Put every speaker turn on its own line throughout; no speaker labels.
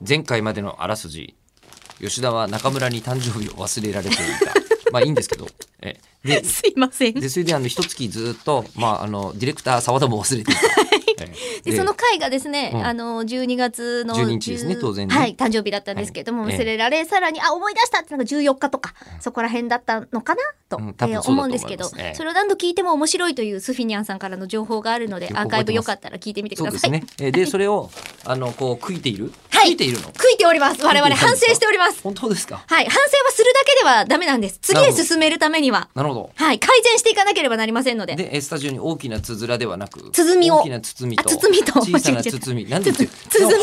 前回までのあらすじ、吉田は中村に誕生日を忘れられていた。まあいいんですけど、
すいません。
でそれで一月ずっと、ディレクター澤田も忘れていた。
でその回がですね、12月の
12日ですね、当然ね。
はい、誕生日だったんですけども、忘れられ、さらに思い出したってなんか14日とか、そこら辺だったのかなと、思うんですけど、それを何度聞いても面白いというスフィニャンさんからの情報があるので、アーカイブよかったら聞いてみてください。
そうですね。でそれをこう悔いている？
はい、
悔いているの？
悔いております。我々反省しております。
本当ですか？
はい、反省はするだけではダメなんです。次へ進めるためには。
なるほど。
はい、改善していかなければなりませんので。
でスタジオに大きなつづらではなく、
鼓みを、
大きな包みと小さな包み、なんで包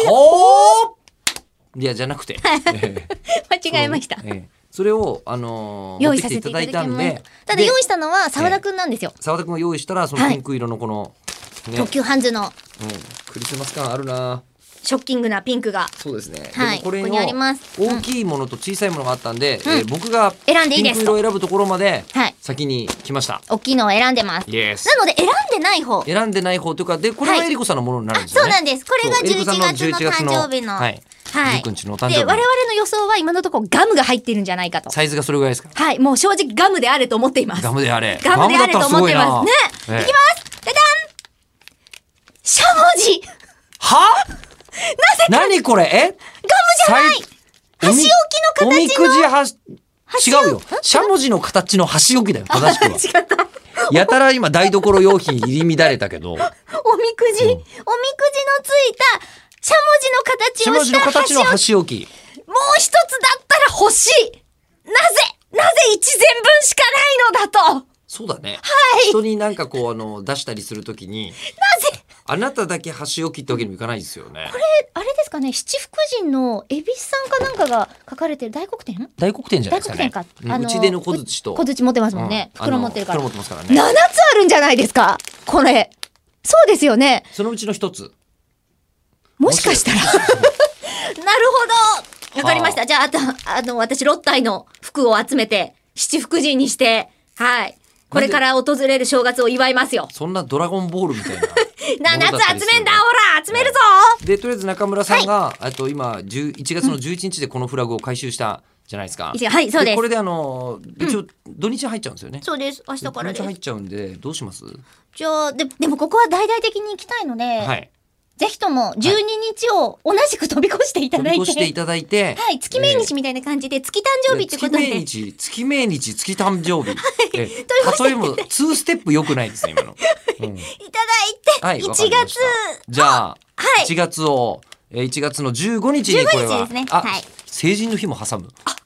み、いやじゃなくて
間違えました。
それを
用意させていただいたんで、ただ用意したのは澤田くんなんですよ。
澤田くんが用意したらそのピンク色のこの
特急ハンズの
クリスマス感あるな。
ショッキングなピンクが。
そうですね。
はい、
でもこれ
ここにあります。
大きいものと小さいものがあったんで、僕が
選んでいいです。
ピンク色を選ぶところまで
はい、
先に来ました。
大きいのを選んでます。
イエス。
なので選んでない方。
選んでない方というか、でこれはえりこさんのものになるんですよね。
そうなんです。これが11月の誕生日の。
はい。19日のお誕生日。
で我々の予想は今のところガムが入ってるんじゃないかと。
サイズがそれぐらいですか？
はい、もう正直ガムであれと思っています。
ガムであれ。
ガムであれと思ってますね。いきます。ダダン。しゃもじ。
は？
なぜか。
何これ？ガム
じゃない。箸置きの形の。
おみくじ違うよ。しゃもじの形の箸置きだよ。正しくは。
違った。
やたら今台所用品入り乱れたけど。おみく
じのついたしゃもじの形をした
箸置き。
もう一つだったら欲しい。なぜ一膳分しかないのだと。
そうだね。
はい。
人になんかこう出したりするときに。
なぜ。
あなただけ箸置きってわけにもいかないですよね。
これあれですかね、七福神の恵比寿さんかなんかが書かれてる大黒天？
大黒天じゃないですかね。
大黒天か。
うちでの小槌と。
小槌持ってますもんね。袋持ってるから。
袋持ってますからね。
7つあるんじゃないですか。これ。そうですよね。
そのうちの1つ。
もしかしたら。なるほど。わかりました。じゃあ私6体の服を集めて七福神にして、はい。これから訪れる正月を祝いますよ。
そんなドラゴンボールみたいな。
7つ集めんだ、ほら集めるぞ。
でとりあえず中村さんが、今1月の11日でこのフラグを回収したじゃないですか。
はい、そうです。
これで一応土日入っちゃうんですよね。
そうです。明日からです。
土日入っちゃうんでどうします？
じゃあでもここは大々的に行きたいので、はい、ぜひとも12日を同じく飛び越していただいて、はい、月命日みたいな感じで月誕生日ってことで、
月命日月誕生日、例えば2ステップ良くないですね今の、い
ただいて、1月、
じゃあ、1月を1月の15日にこれは、
15日ですね。
成人の日も挟む。